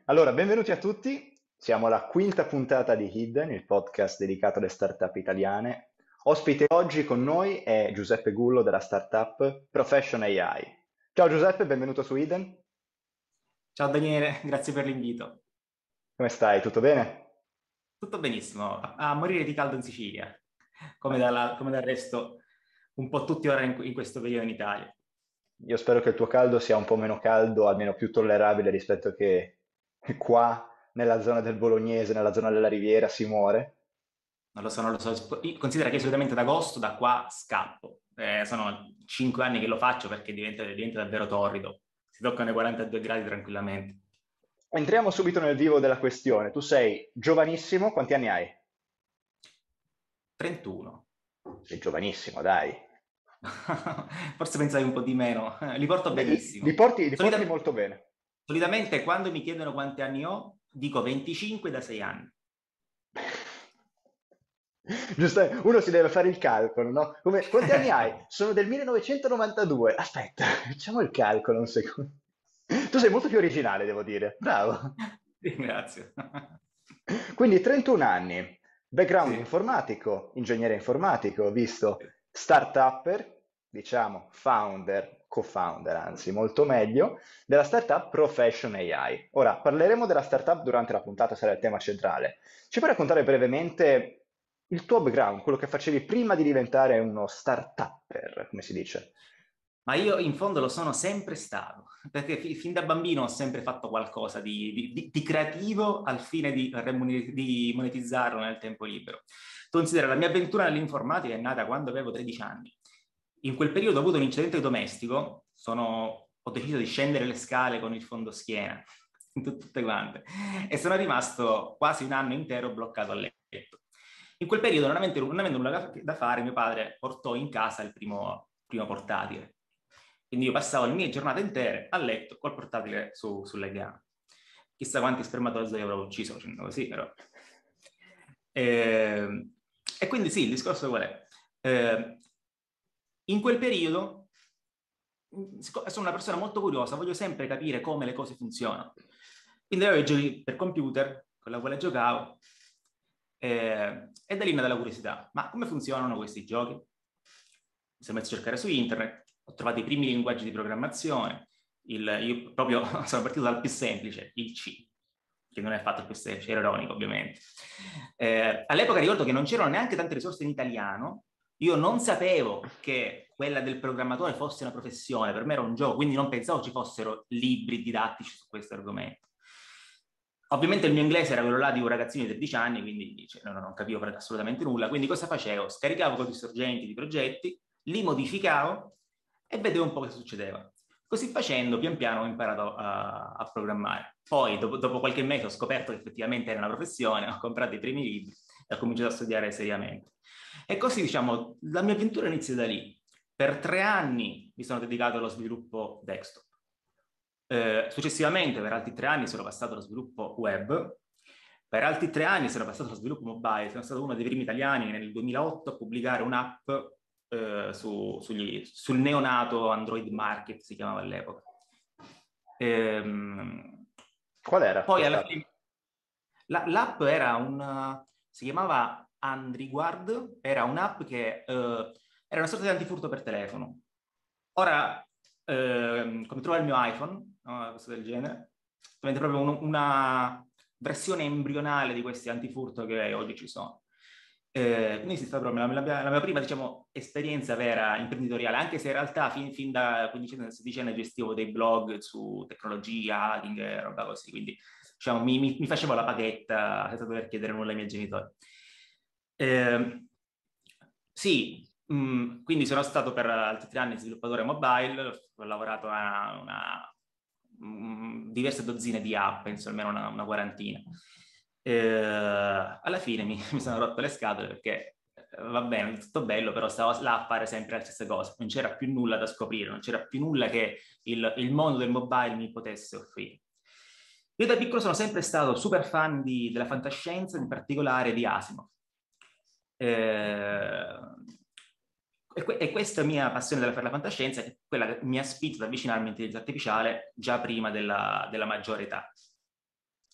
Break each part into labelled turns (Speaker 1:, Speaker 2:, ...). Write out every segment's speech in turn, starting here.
Speaker 1: Allora, benvenuti a tutti. Siamo alla quinta puntata di Hidden, il podcast dedicato alle startup italiane. Ospite oggi con noi è Giuseppe Gullo della startup Profession AI. Ciao Giuseppe, benvenuto su Hidden.
Speaker 2: Ciao Daniele, grazie per l'invito.
Speaker 1: Come stai? Tutto bene?
Speaker 2: Tutto benissimo, a morire di caldo in Sicilia, come,
Speaker 1: Eh,
Speaker 2: come del resto un po' tutti ora in questo periodo in Italia.
Speaker 1: Io spero che il tuo caldo sia un po' meno caldo, almeno più tollerabile rispetto che qua nella zona del Bolognese, nella zona della Riviera si muore.
Speaker 2: Non lo so. Considera che solitamente ad agosto da qua scappo. Sono 5 anni che lo faccio perché diventa davvero torrido. Si toccano i 42 gradi tranquillamente.
Speaker 1: Entriamo subito nel vivo della questione. Tu sei giovanissimo, quanti anni hai?
Speaker 2: 31.
Speaker 1: Sei giovanissimo, dai.
Speaker 2: Forse pensavi un po' di meno. Li porto benissimo.
Speaker 1: Li porti molto bene.
Speaker 2: Solitamente quando mi chiedono quanti anni ho, dico 25 da 6 anni.
Speaker 1: Giusto, uno si deve fare il calcolo, no? Quanti anni hai? Sono del 1992. Aspetta, facciamo il calcolo un secondo. Tu sei molto più originale, devo dire. Bravo.
Speaker 2: Ringrazio.
Speaker 1: Quindi 31 anni, background
Speaker 2: Sì.
Speaker 1: informatico, ingegnere informatico, ho visto start-upper, diciamo founder, co-founder, anzi molto meglio, della startup Profession AI. Ora, parleremo della startup durante la puntata, sarà il tema centrale. Ci puoi raccontare brevemente il tuo background, quello che facevi prima di diventare uno start-upper, come si dice?
Speaker 2: Ma io in fondo lo sono sempre stato, perché fin da bambino ho sempre fatto qualcosa di creativo al fine di monetizzarlo nel tempo libero. Tu considera, la mia avventura nell'informatica è nata quando avevo 13 anni. In quel periodo ho avuto un incidente domestico, ho deciso di scendere le scale con il fondoschiena, tutte quante, e sono rimasto quasi un anno intero bloccato a letto. In quel periodo, non avendo nulla da fare, mio padre portò in casa il primo portatile. Quindi io passavo le mie giornate intere a letto col portatile sulle gambe. Chissà quanti spermatozoi avrò ucciso facendo così, però. E, e quindi sì, il discorso qual è? In quel periodo sono una persona molto curiosa, voglio sempre capire come le cose funzionano. Quindi avevo i giochi per computer con la quale giocavo e da lì è nata la curiosità. Ma come funzionano questi giochi? Mi sono messo a cercare su internet, ho trovato i primi linguaggi di programmazione, io proprio sono partito dal più semplice, il C, che non è fatto più semplice, era ironico ovviamente. All'epoca ricordo che non c'erano neanche tante risorse in italiano, io non sapevo che quella del programmatore fosse una professione, per me era un gioco, quindi non pensavo ci fossero libri didattici su questo argomento. Ovviamente il mio inglese era quello là di un ragazzino di 13 anni, quindi cioè, non capivo assolutamente nulla. Quindi cosa facevo? Scaricavo codi sorgenti di progetti, li modificavo e vedevo un po' che succedeva. Così facendo, pian piano ho imparato a programmare. Poi, dopo qualche mese, ho scoperto che effettivamente era una professione, ho comprato i primi libri e ho cominciato a studiare seriamente. E così, diciamo, la mia avventura inizia da lì. Per 3 anni mi sono dedicato allo sviluppo desktop. Successivamente, per altri 3 anni, sono passato allo sviluppo web. Per altri 3 anni sono passato allo sviluppo mobile. Sono stato uno dei primi italiani nel 2008 a pubblicare un'app sul neonato Android Market, si chiamava all'epoca. Ehm,
Speaker 1: Qual era
Speaker 2: Poi alla
Speaker 1: quest'app?
Speaker 2: fine l'app si chiamava Andriguard, era un'app che era una sorta di antifurto per telefono. Ora, come trova il mio iPhone, no, cosa del genere, diventa proprio una versione embrionale di questi antifurto che oggi ci sono. Quindi si sta proprio la mia prima, diciamo, esperienza vera imprenditoriale, anche se in realtà fin da 15 anni, 16 anni gestivo dei blog su tecnologia, hacking e roba così, quindi diciamo, mi facevo la paghetta senza dover chiedere nulla ai miei genitori. Eh, sì, quindi sono stato per altri 3 anni sviluppatore mobile, ho lavorato a diverse dozzine di app, penso almeno una quarantina. Alla fine mi sono rotto le scatole perché va bene, tutto bello, però stavo là a fare sempre le stesse cose, non c'era più nulla da scoprire, non c'era più nulla che il mondo del mobile mi potesse offrire. Io da piccolo sono sempre stato super fan della fantascienza, in particolare di Asimov. Eh, e questa mia passione per la fantascienza è quella che mi ha spinto ad avvicinarmi all'intelligenza artificiale già prima della maggiore età.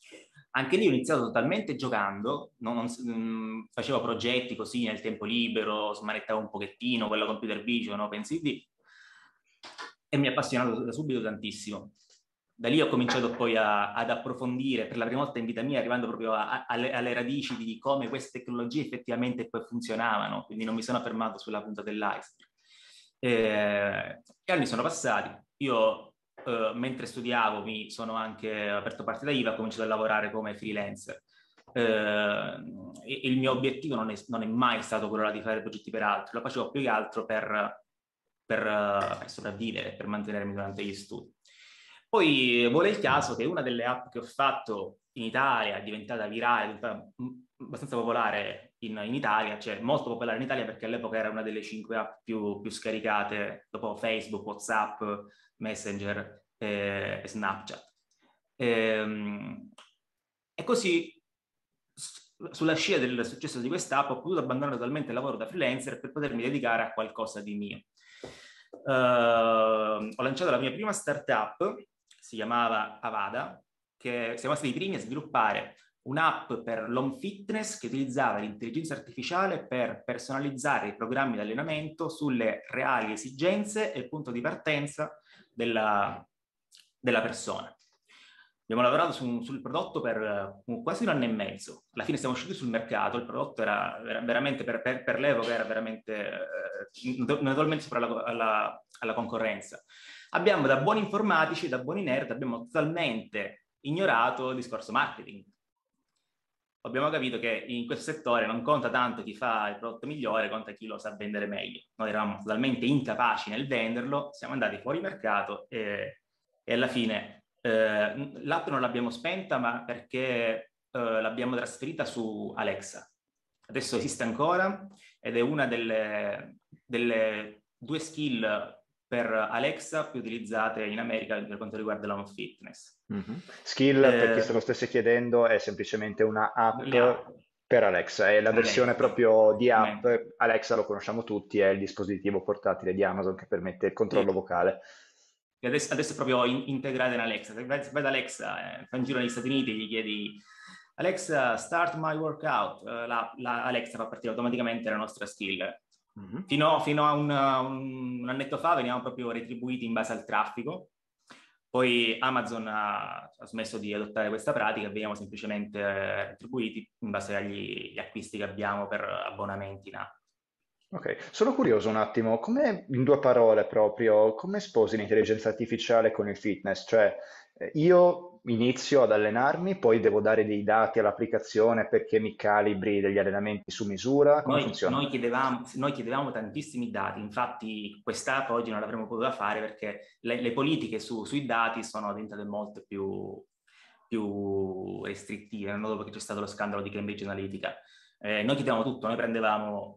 Speaker 2: Anche lì ho iniziato totalmente giocando, facevo progetti così nel tempo libero, smanettavo un pochettino con la computer vision, no? Pensi di... E mi ha appassionato da subito tantissimo. Da lì ho cominciato poi ad approfondire per la prima volta in vita mia, arrivando proprio alle radici di come queste tecnologie effettivamente poi funzionavano, quindi non mi sono fermato sulla punta dell'iceberg. Gli anni sono passati, io mentre studiavo mi sono anche aperto partita IVA, ho cominciato a lavorare come freelancer. Il mio obiettivo non è mai stato quello di fare progetti per altri, lo facevo più che altro per sopravvivere, per mantenermi durante gli studi. Poi vuole il caso che una delle app che ho fatto in Italia è diventata virale, è diventata abbastanza popolare in Italia, cioè molto popolare in Italia perché all'epoca era una delle 5 app più scaricate dopo Facebook, WhatsApp, Messenger e Snapchat. E così sulla scia del successo di quest'app ho potuto abbandonare totalmente il lavoro da freelancer per potermi dedicare a qualcosa di mio. Ho lanciato la mia prima startup, si chiamava Avada, che siamo stati i primi a sviluppare un'app per l'home fitness che utilizzava l'intelligenza artificiale per personalizzare i programmi di allenamento sulle reali esigenze e il punto di partenza della persona. Abbiamo lavorato sul prodotto per quasi un anno e mezzo. Alla fine siamo usciti sul mercato, il prodotto era veramente, per l'epoca, era veramente notevolmente sopra alla concorrenza. Abbiamo, da buoni informatici, da buoni nerd, abbiamo totalmente ignorato il discorso marketing. Abbiamo capito che in questo settore non conta tanto chi fa il prodotto migliore, conta chi lo sa vendere meglio. Noi eravamo totalmente incapaci nel venderlo, siamo andati fuori mercato e alla fine l'app non l'abbiamo spenta, ma perché l'abbiamo trasferita su Alexa. Adesso esiste ancora ed è una delle 2 skill per Alexa più utilizzate in America per quanto riguarda l'home fitness.
Speaker 1: Skill, per chi se lo stesse chiedendo, è semplicemente una app
Speaker 2: Le app
Speaker 1: per Alexa, è la
Speaker 2: per
Speaker 1: versione
Speaker 2: Alexa,
Speaker 1: proprio di app.
Speaker 2: esattamente.
Speaker 1: Alexa lo conosciamo tutti, è il dispositivo portatile di Amazon che permette il controllo
Speaker 2: Sì.
Speaker 1: vocale.
Speaker 2: E adesso è proprio integrata in Alexa. Se vai da Alexa, fai un giro negli Stati Uniti e gli chiedi Alexa, start my workout, Alexa fa partire automaticamente la nostra skill.
Speaker 1: Mhm.
Speaker 2: Fino a un annetto fa veniamo proprio retribuiti in base al traffico, poi Amazon ha smesso di adottare questa pratica e veniamo semplicemente retribuiti in base agli acquisti che abbiamo per abbonamenti in app.
Speaker 1: Ok, sono curioso un attimo, come in 2 parole proprio, come sposi l'intelligenza artificiale con il fitness? Cioè, io inizio ad allenarmi, poi devo dare dei dati all'applicazione perché mi calibri degli allenamenti su misura, come funziona?
Speaker 2: Noi chiedevamo tantissimi dati, infatti quest'app oggi non l'avremmo potuta fare perché le politiche sui dati sono diventate molto più restrittive, non dopo che c'è stato lo scandalo di Cambridge Analytica. Noi chiedevamo tutto, noi prendevamo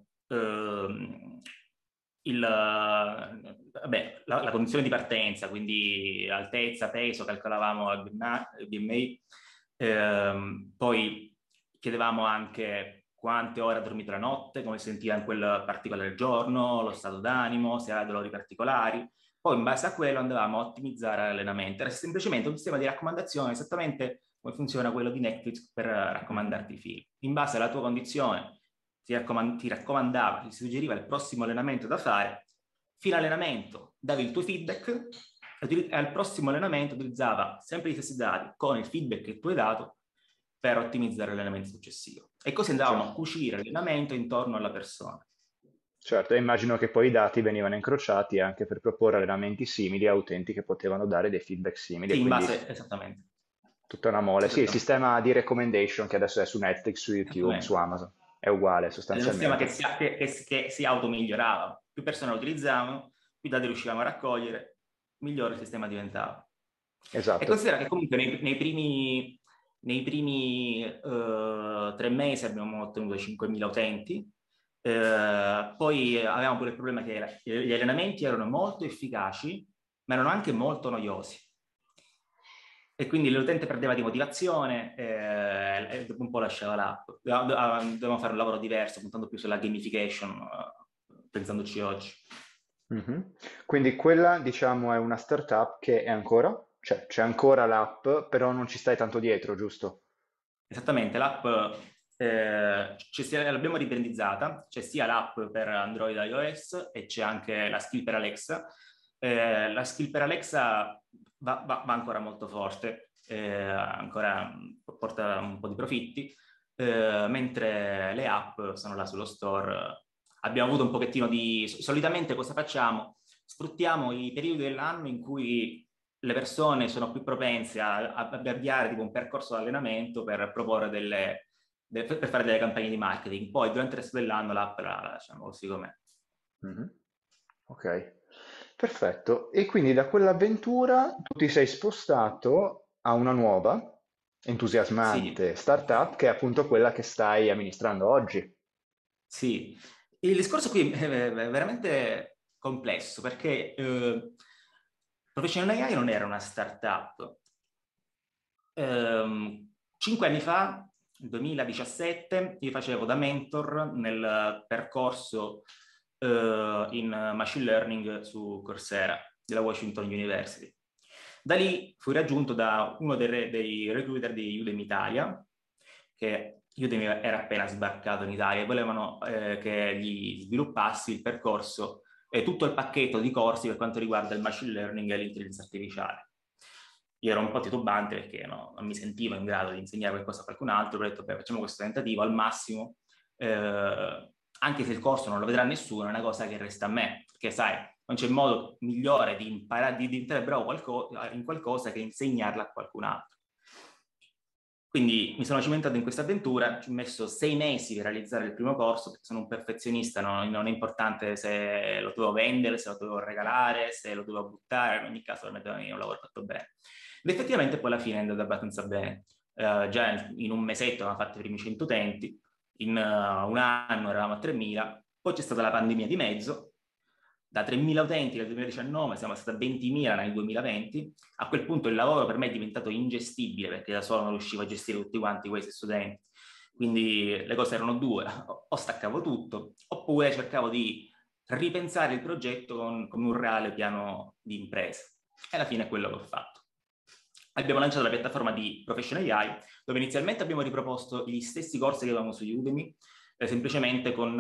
Speaker 2: la condizione di partenza, quindi altezza, peso, calcolavamo il BMI, poi chiedevamo anche quante ore ha dormito la notte, come si sentiva in quel particolare giorno, lo stato d'animo, se aveva dolori particolari. Poi in base a quello andavamo a ottimizzare l'allenamento. Era semplicemente un sistema di raccomandazione, esattamente come funziona quello di Netflix per raccomandarti i film. In base alla tua condizione ti raccomandava, ti suggeriva il prossimo allenamento da fare, fine allenamento davi il tuo feedback e al prossimo allenamento utilizzava sempre gli stessi dati con il feedback che tu hai dato per ottimizzare l'allenamento successivo. E così andavamo
Speaker 1: Cioè,
Speaker 2: a cucire l'allenamento intorno alla persona.
Speaker 1: certo, e immagino che poi i dati venivano incrociati anche per proporre allenamenti simili a utenti che potevano dare dei feedback simili e
Speaker 2: Sì, in
Speaker 1: quindi
Speaker 2: base, esattamente.
Speaker 1: tutta una mole. Sì, il
Speaker 2: Esattamente.
Speaker 1: sistema di recommendation che adesso è su Netflix, su YouTube, su
Speaker 2: Esattamente.
Speaker 1: Amazon, è uguale
Speaker 2: È un sistema
Speaker 1: sostanzialmente.
Speaker 2: che si automigliorava. Più persone lo utilizzavano, più dati riuscivamo a raccogliere, migliore il sistema diventava. E
Speaker 1: Esatto.
Speaker 2: considera che comunque nei primi 3 mesi abbiamo ottenuto 5.000 utenti, poi avevamo pure il problema che gli allenamenti erano molto efficaci, ma erano anche molto noiosi. E quindi l'utente perdeva di motivazione e dopo un po' lasciava l'app. Dovevamo fare un lavoro diverso, puntando più sulla gamification, pensandoci oggi.
Speaker 1: Mhm. Quindi quella, diciamo, è una startup che è ancora, cioè c'è ancora l'app, però non ci stai tanto dietro, giusto?
Speaker 2: Esattamente, l'app l'abbiamo ribrandizzata, c'è sia l'app per Android e iOS e c'è anche la skill per Alexa. La skill per Alexa va ancora molto forte, ancora porta un po' di profitti, mentre le app sono là sullo store. Abbiamo avuto un pochettino di... Solitamente cosa facciamo? Sfruttiamo i periodi dell'anno in cui le persone sono più propense ad avviare tipo un percorso di allenamento per proporre per fare delle campagne di marketing. Poi durante il resto dell'anno l'app la lasciamo così com'è.
Speaker 1: Mhm. Ok, perfetto. E quindi da quell'avventura tu ti sei spostato a una nuova,
Speaker 2: Sì,
Speaker 1: entusiasmante startup che è appunto quella che stai amministrando oggi.
Speaker 2: sì. Il discorso qui è veramente complesso perché Professional AI non era una startup. 5 anni fa, nel 2017, io facevo da mentor nel percorso in machine learning su Coursera della Washington University. Da lì fui raggiunto da uno dei recruiter di Udemy Italia, che Udemy era appena sbarcato in Italia e volevano che gli sviluppassi il percorso e tutto il pacchetto di corsi per quanto riguarda il machine learning e l'intelligenza artificiale. Io ero un po' titubante perché non mi sentivo in grado di insegnare qualcosa a qualcun altro, ho detto, beh, facciamo questo tentativo al massimo, anche se il corso non lo vedrà nessuno, è una cosa che resta a me, perché sai, non c'è modo migliore di imparare, di diventare bravo in qualcosa che insegnarla a qualcun altro. Quindi mi sono cimentato in questa avventura, ci ho messo 6 mesi per realizzare il primo corso, perché sono un perfezionista, non è importante se lo dovevo vendere, se lo dovevo regalare, se lo dovevo buttare, in ogni caso per me doveva venire un lavoro fatto bene. Ed effettivamente poi alla fine è andato abbastanza bene. Già in un mesetto avevamo fatto i primi 100 utenti, in un anno eravamo a 3.000, poi c'è stata la pandemia di mezzo, da 3.000 utenti nel 2019 siamo stati a 20.000 nel 2020. A quel punto il lavoro per me è diventato ingestibile perché da solo non riuscivo a gestire tutti quanti questi studenti. Quindi le cose erano due: o staccavo tutto oppure cercavo di ripensare il progetto con un reale piano di impresa. E alla fine è quello che ho fatto. Abbiamo lanciato la piattaforma di Professional AI, dove inizialmente abbiamo riproposto gli stessi corsi che avevamo su Udemy, semplicemente con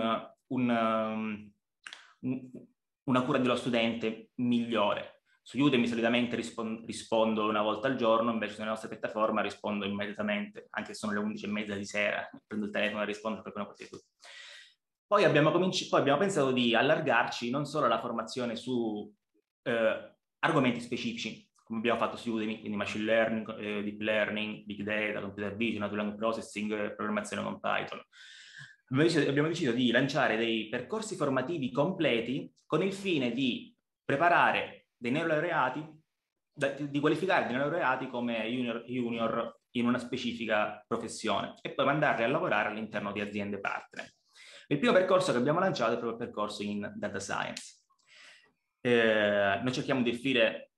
Speaker 2: una cura dello studente migliore. Su Udemy solitamente rispondo una volta al giorno, invece nella nostra piattaforma rispondo immediatamente, anche se sono le 11:30 di sera, prendo il telefono e rispondo per qualcuno di tutti. Poi abbiamo pensato di allargarci non solo alla formazione su argomenti specifici, come abbiamo fatto su Udemy, quindi machine learning, deep learning, big data, computer vision, natural language processing, programmazione con Python. Abbiamo deciso di lanciare dei percorsi formativi completi con il fine di preparare dei neolaureati, di qualificare dei neolaureati come junior in una specifica professione e poi mandarli a lavorare all'interno di aziende partner. Il primo percorso che abbiamo lanciato è proprio il percorso in data science. Noi cerchiamo di offrire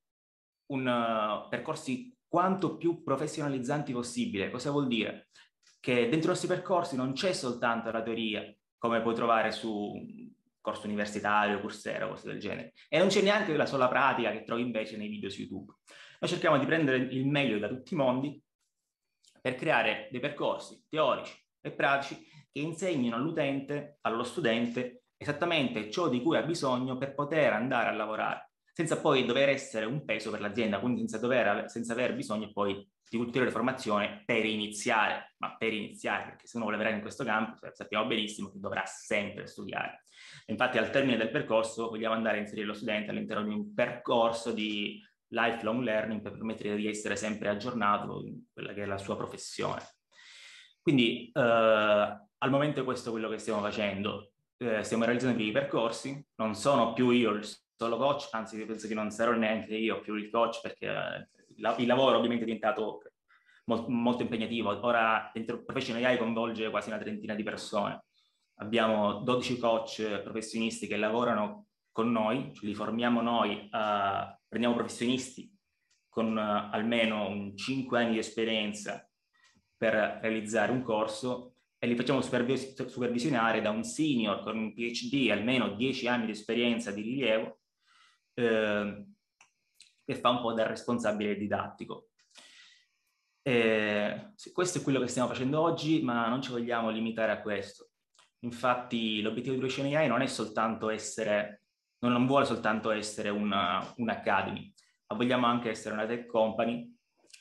Speaker 2: percorsi quanto più professionalizzanti possibile. Cosa vuol dire? Che dentro i nostri percorsi non c'è soltanto la teoria, come puoi trovare su un corso universitario, Coursera, cose del genere, e non c'è neanche la sola pratica che trovi invece nei video su YouTube. Noi cerchiamo di prendere il meglio da tutti i mondi per creare dei percorsi teorici e pratici che insegnino all'utente, allo studente, esattamente ciò di cui ha bisogno per poter andare a lavorare, senza poi dover essere un peso per l'azienda, quindi senza aver bisogno poi di ulteriore formazione per iniziare, ma per iniziare, perché se uno vuole lavorare in questo campo sappiamo benissimo che dovrà sempre studiare. Infatti al termine del percorso vogliamo andare a inserire lo studente all'interno di un percorso di lifelong learning per permettere di essere sempre aggiornato in quella che è la sua professione. Quindi al momento questo è quello che stiamo facendo. Stiamo realizzando i primi percorsi, non sono più io il solo coach, anzi penso che non sarò neanche io più il coach perché il lavoro ovviamente è diventato molto impegnativo. Ora dentro Professional AI coinvolge quasi una trentina di persone. Abbiamo 12 coach professionisti che lavorano con noi, li formiamo noi, prendiamo professionisti con almeno 5 anni di esperienza per realizzare un corso e li facciamo supervisionare da un senior con un PhD, almeno 10 anni di esperienza di rilievo, che fa un po' da responsabile didattico. Sì, questo è quello che stiamo facendo oggi, ma non ci vogliamo limitare a questo. Infatti l'obiettivo di Relation AI non è soltanto essere, non vuole soltanto essere un academy, ma vogliamo anche essere una tech company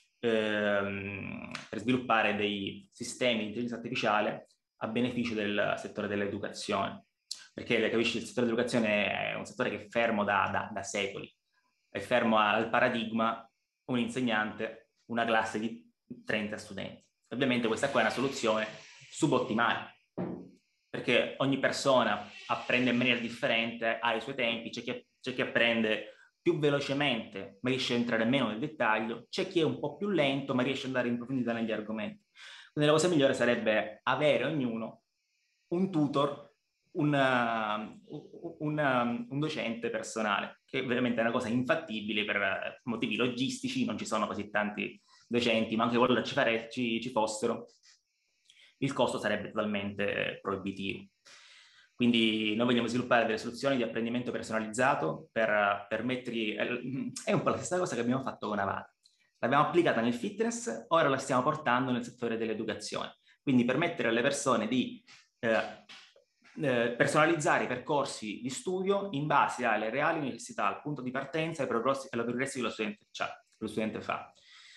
Speaker 2: per sviluppare dei sistemi di intelligenza artificiale a beneficio del settore dell'educazione. Perché, capisci, il settore dell'educazione è un settore che è fermo da secoli, è fermo al paradigma un insegnante, una classe di 30 studenti. Ovviamente questa qua è una soluzione subottimale, perché ogni persona apprende in maniera differente, ha i suoi tempi, c'è chi apprende più velocemente ma riesce a entrare meno nel dettaglio, c'è chi è un po' più lento ma riesce ad andare in profondità negli argomenti. Quindi la cosa migliore sarebbe avere ognuno un tutor, un docente personale, che veramente è una cosa infattibile per motivi logistici, non ci sono così tanti docenti, ma anche qualora ci fossero, il costo sarebbe totalmente proibitivo. Quindi noi vogliamo sviluppare delle soluzioni di apprendimento personalizzato per permettere, è un po' la stessa cosa che abbiamo fatto con Avata. L'abbiamo applicata nel fitness, ora la stiamo portando nel settore dell'educazione. Quindi permettere alle persone di personalizzare i percorsi di studio in base alle reali necessità, al punto di partenza e alla progressi che lo studente fa.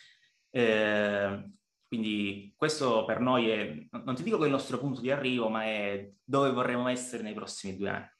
Speaker 2: Quindi questo per noi è, non ti dico che è il nostro punto di arrivo, ma è dove vorremmo essere nei prossimi 2 anni.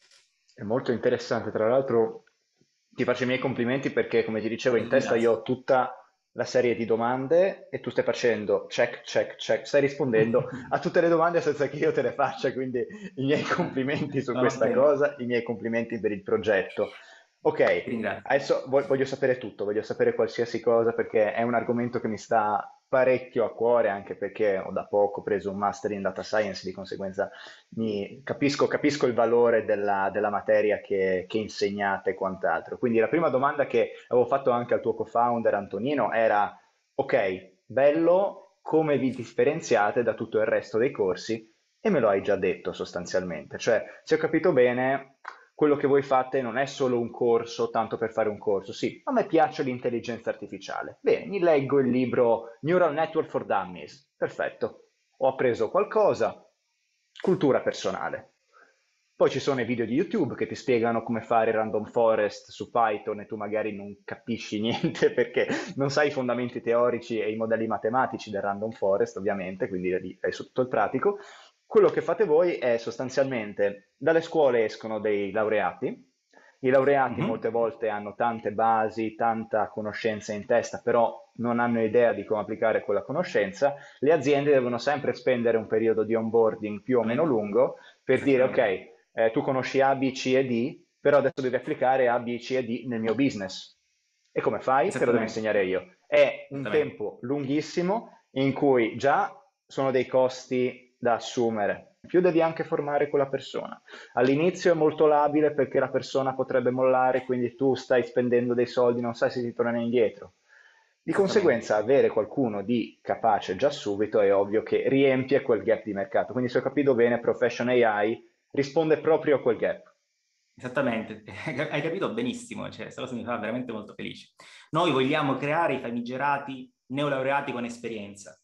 Speaker 1: È molto interessante, tra l'altro ti faccio i miei complimenti perché, come ti dicevo, in testa io
Speaker 2: Grazie.
Speaker 1: ho tutta la serie di domande e tu stai facendo check, check, check, stai rispondendo a tutte le domande senza che io te le faccia, quindi i miei complimenti su
Speaker 2: Va
Speaker 1: questa
Speaker 2: bene,
Speaker 1: cosa, i miei complimenti per il progetto. Ok,
Speaker 2: ti ringrazio.
Speaker 1: adesso voglio sapere tutto, voglio sapere qualsiasi cosa perché è un argomento che mi sta parecchio a cuore, anche perché ho da poco preso un master in data science, di conseguenza capisco il valore della materia che insegnate e quant'altro. Quindi la prima domanda che avevo fatto anche al tuo co-founder Antonino era, ok, bello, come vi differenziate da tutto il resto dei corsi? E me lo hai già detto sostanzialmente, cioè se ho capito bene, quello che voi fate non è solo un corso tanto per fare un corso, sì, a me piace l'intelligenza artificiale. Bene, mi leggo il libro Neural Network for Dummies, perfetto, ho appreso qualcosa, cultura personale. Poi ci sono i video di YouTube che ti spiegano come fare random forest su Python e tu magari non capisci niente perché non sai i fondamenti teorici e i modelli matematici del random forest, ovviamente, quindi lì hai tutto il pratico. Quello che fate voi è sostanzialmente dalle scuole escono dei laureati. I laureati molte volte hanno tante basi, tanta conoscenza in testa, però non hanno idea di come applicare quella conoscenza. Le aziende devono sempre spendere un periodo di onboarding più o meno lungo per dire, ok,
Speaker 2: Esattamente.
Speaker 1: tu conosci A, B, C e D, però adesso devi applicare A, B, C e D nel mio business. E come fai? Te lo devo
Speaker 2: Esattamente.
Speaker 1: insegnare io. È un
Speaker 2: Esattamente.
Speaker 1: tempo lunghissimo in cui già sono dei costi da assumere, in più devi anche formare quella persona. All'inizio è molto labile perché la persona potrebbe mollare, quindi tu stai spendendo dei soldi, non sai se ti tornano indietro. Di
Speaker 2: Esattamente.
Speaker 1: conseguenza, avere qualcuno di capace già subito è ovvio che riempie quel gap di mercato. Quindi, se ho capito bene, Profession AI risponde proprio a quel gap.
Speaker 2: Esattamente, hai capito benissimo, cioè, questa cosa mi fa veramente molto felice. Noi vogliamo creare i famigerati neolaureati con esperienza.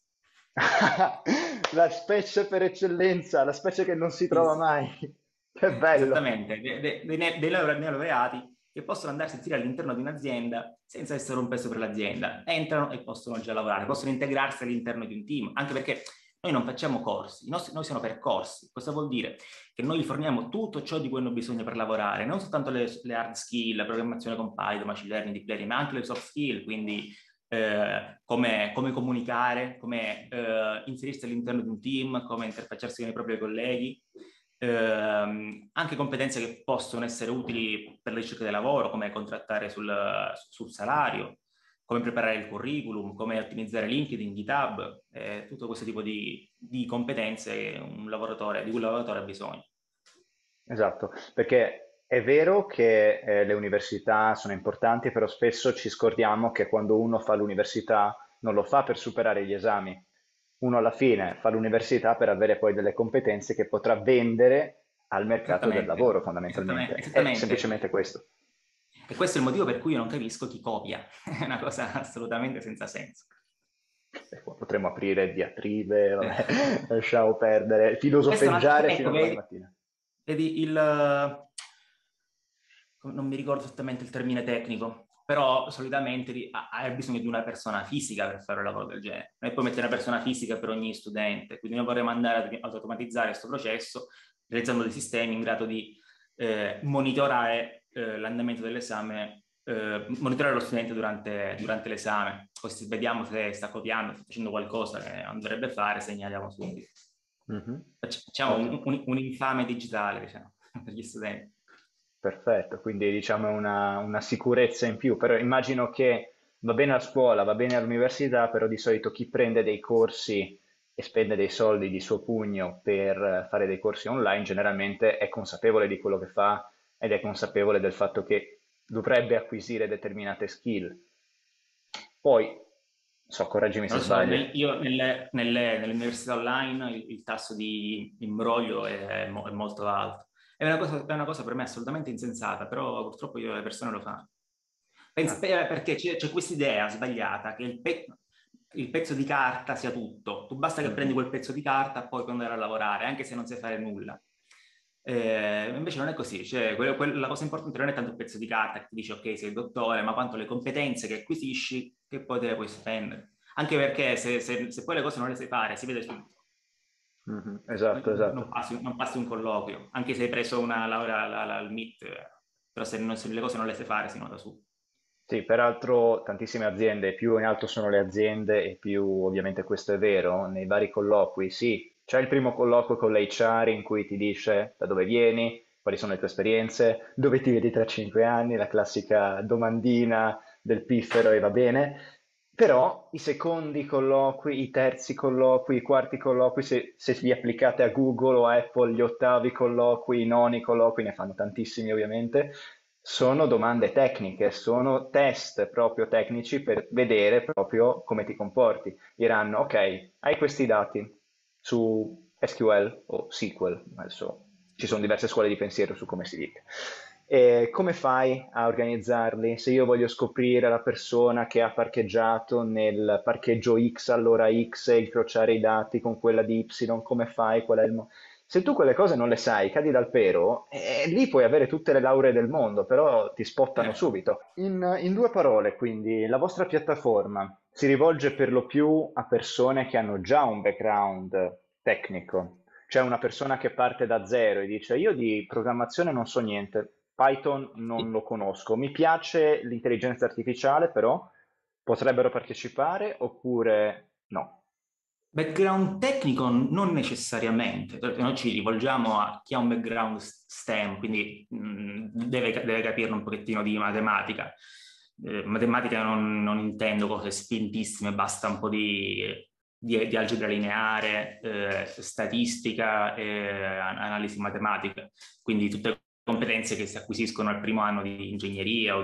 Speaker 1: La specie per eccellenza, la specie che non si
Speaker 2: Sì,
Speaker 1: trova
Speaker 2: sì.
Speaker 1: mai. Che bello.
Speaker 2: Esattamente, dei neolaureati che possono andarsi a tirare all'interno di un'azienda senza essere un peso per l'azienda. Entrano e possono già lavorare, possono integrarsi all'interno di un team, anche perché noi non facciamo corsi, noi siamo percorsi. Cosa vuol dire? Che noi forniamo tutto ciò di cui hanno bisogno per lavorare, non soltanto le hard skill, la programmazione con Python, machine learning, deep learning, ma anche le soft skill, quindi come comunicare, come inserirsi all'interno di un team, come interfacciarsi con i propri colleghi, anche competenze che possono essere utili per la ricerca del lavoro, come contrattare sul salario, come preparare il curriculum, come ottimizzare LinkedIn, GitHub, tutto questo tipo di competenze di cui un lavoratore ha bisogno.
Speaker 1: Esatto, perché è vero che le università sono importanti, però spesso ci scordiamo che quando uno fa l'università non lo fa per superare gli esami. Uno alla fine fa l'università per avere poi delle competenze che potrà vendere al mercato del
Speaker 2: Esattamente,
Speaker 1: lavoro, fondamentalmente. È
Speaker 2: esattamente.
Speaker 1: semplicemente questo.
Speaker 2: E questo è il motivo per cui io non capisco chi copia, è una cosa assolutamente senza senso.
Speaker 1: E qua potremmo aprire diatribe,
Speaker 2: Eh.
Speaker 1: vabbè, lasciamo perdere,
Speaker 2: Questo è un altro,
Speaker 1: filosofeggiare fino
Speaker 2: ecco,
Speaker 1: a domani mattina.
Speaker 2: vedi non mi ricordo esattamente il termine tecnico, però solitamente hai bisogno di una persona fisica per fare un lavoro del genere. Non puoi mettere una persona fisica per ogni studente, quindi noi vorremmo andare ad automatizzare questo processo realizzando dei sistemi in grado di monitorare l'andamento dell'esame, monitorare lo studente durante l'esame, così vediamo se sta copiando, sta facendo qualcosa che non dovrebbe fare, segnaliamo subito. Facciamo
Speaker 1: Ottimo.
Speaker 2: un infame digitale, diciamo, per gli studenti.
Speaker 1: Perfetto, quindi diciamo una sicurezza in più, però immagino che va bene a scuola, va bene all'università, però di solito chi prende dei corsi e spende dei soldi di suo pugno per fare dei corsi online, generalmente è consapevole di quello che fa ed è consapevole del fatto che dovrebbe acquisire determinate skill. Poi, so, correggimi se
Speaker 2: Non lo so,
Speaker 1: sbaglio.
Speaker 2: io nelle università online il tasso di imbroglio è molto alto. È una cosa per me assolutamente insensata, però purtroppo le persone lo fanno.
Speaker 1: Ah,
Speaker 2: Perché c'è questa idea sbagliata che il pezzo di carta sia tutto. Tu basta che prendi
Speaker 1: mhm.
Speaker 2: quel pezzo di carta, poi puoi andare a lavorare, anche se non sai fare nulla. Invece non è così, cioè, la cosa importante non è tanto il pezzo di carta che ti dice ok, sei il dottore, ma quanto le competenze che acquisisci che poi te le puoi spendere. Anche perché se poi le cose non le sai fare, si vede subito.
Speaker 1: Mhm, esatto, esatto.
Speaker 2: Non passi un colloquio, anche se hai preso una laurea al MIT, però se le cose non le sai fare si nota su.
Speaker 1: Sì, peraltro tantissime aziende, più in alto sono le aziende e più ovviamente questo è vero, nei vari colloqui, sì, c'è il primo colloquio con l'HR in cui ti dice da dove vieni, quali sono le tue esperienze, dove ti vedi tra 5 anni, la classica domandina del piffero e va bene, però i secondi colloqui, i terzi colloqui, i quarti colloqui, se li applicate a Google o Apple, gli ottavi colloqui, i noni colloqui, ne fanno tantissimi ovviamente, sono domande tecniche, sono test proprio tecnici per vedere proprio come ti comporti. Diranno, ok, hai questi dati su SQL o SQL, adesso ci sono diverse scuole di pensiero su come si dica. E come fai a organizzarli? Se io voglio scoprire la persona che ha parcheggiato nel parcheggio X all'ora X e incrociare i dati con quella di Y, come fai? Qual è se tu quelle cose non le sai, cadi dal pero, lì puoi avere tutte le lauree del mondo, però ti spottano
Speaker 2: Certo.
Speaker 1: subito. In due parole, quindi, la vostra piattaforma si rivolge per lo più a persone che hanno già un background tecnico, cioè una persona che parte da zero e dice io di programmazione non so niente, Python non lo conosco, mi piace l'intelligenza artificiale, però potrebbero partecipare oppure no?
Speaker 2: Background tecnico non necessariamente, perché noi ci rivolgiamo a chi ha un background STEM, quindi deve capirne un pochettino di matematica. Matematica non intendo cose spintissime, basta un po' di algebra lineare, statistica e analisi matematica, quindi tutte le competenze che si acquisiscono al primo anno di ingegneria o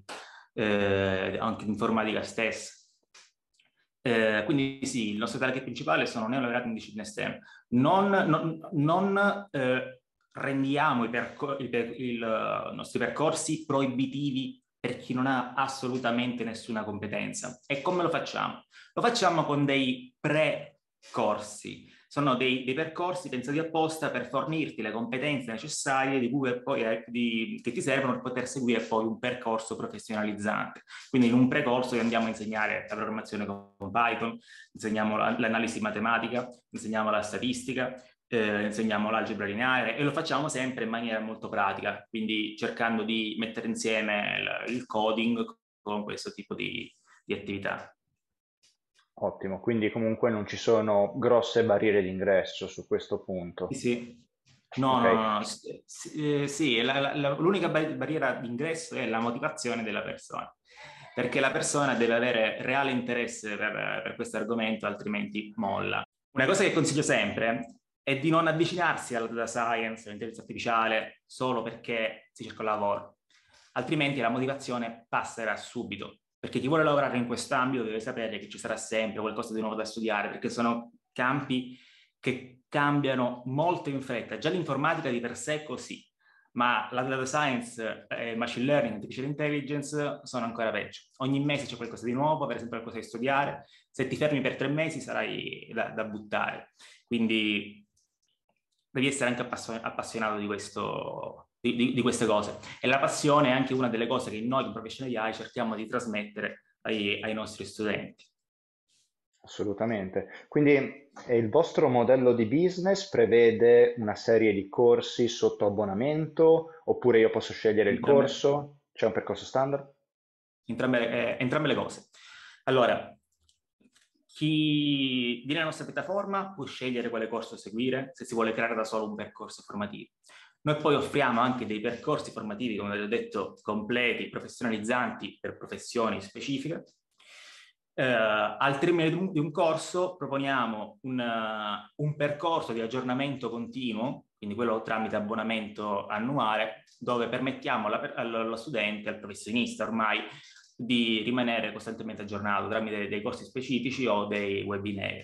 Speaker 2: anche di informatica stessa. Quindi sì, il nostro target principale sono neolaureati in discipline STEM. Non rendiamo i nostri percorsi proibitivi per chi non ha assolutamente nessuna competenza. E come lo facciamo? Lo facciamo con dei pre-corsi. Sono dei percorsi pensati apposta per fornirti le competenze necessarie che ti servono per poter seguire poi un percorso professionalizzante. Quindi in un precorso andiamo a insegnare la programmazione con Python, insegniamo l'analisi matematica, insegniamo la statistica, insegniamo l'algebra lineare e lo facciamo sempre in maniera molto pratica, quindi cercando di mettere insieme il coding con questo tipo di attività.
Speaker 1: Ottimo, quindi comunque non ci sono grosse barriere d'ingresso su questo
Speaker 2: Sì,
Speaker 1: punto.
Speaker 2: sì. No,
Speaker 1: Ok,
Speaker 2: no, no, no. Sì, l'unica barriera d'ingresso è la motivazione della persona, perché la persona deve avere reale interesse per questo argomento, altrimenti molla. Una cosa che consiglio sempre è di non avvicinarsi alla data science, all'intelligenza artificiale, solo perché si cerca un lavoro, altrimenti la motivazione passerà subito, perché chi vuole lavorare in quest'ambito deve sapere che ci sarà sempre qualcosa di nuovo da studiare, perché sono campi che cambiano molto in fretta. Già l'informatica di per sé è così, ma la data science, machine learning, artificial intelligence sono ancora peggio. Ogni mese c'è qualcosa di nuovo, per esempio qualcosa di studiare. Se ti fermi per 3 mesi sarai da buttare. Quindi devi essere anche appassionato di questo, di queste cose. E la passione è anche una delle cose che noi come Professional AI cerchiamo di trasmettere ai nostri studenti.
Speaker 1: Assolutamente. Quindi il vostro modello di business prevede una serie di corsi sotto abbonamento, oppure io posso scegliere il
Speaker 2: Entrambe,
Speaker 1: corso? C'è un percorso standard?
Speaker 2: entrambe le cose. Allora, chi viene alla nostra piattaforma può scegliere quale corso seguire, se si vuole creare da solo un percorso formativo. Noi poi offriamo anche dei percorsi formativi, come vi ho detto, completi, professionalizzanti per professioni specifiche. Al termine di un corso proponiamo un percorso di aggiornamento continuo, quindi quello tramite abbonamento annuale, dove permettiamo allo studente, al professionista ormai, di rimanere costantemente aggiornato tramite dei corsi specifici o dei webinar.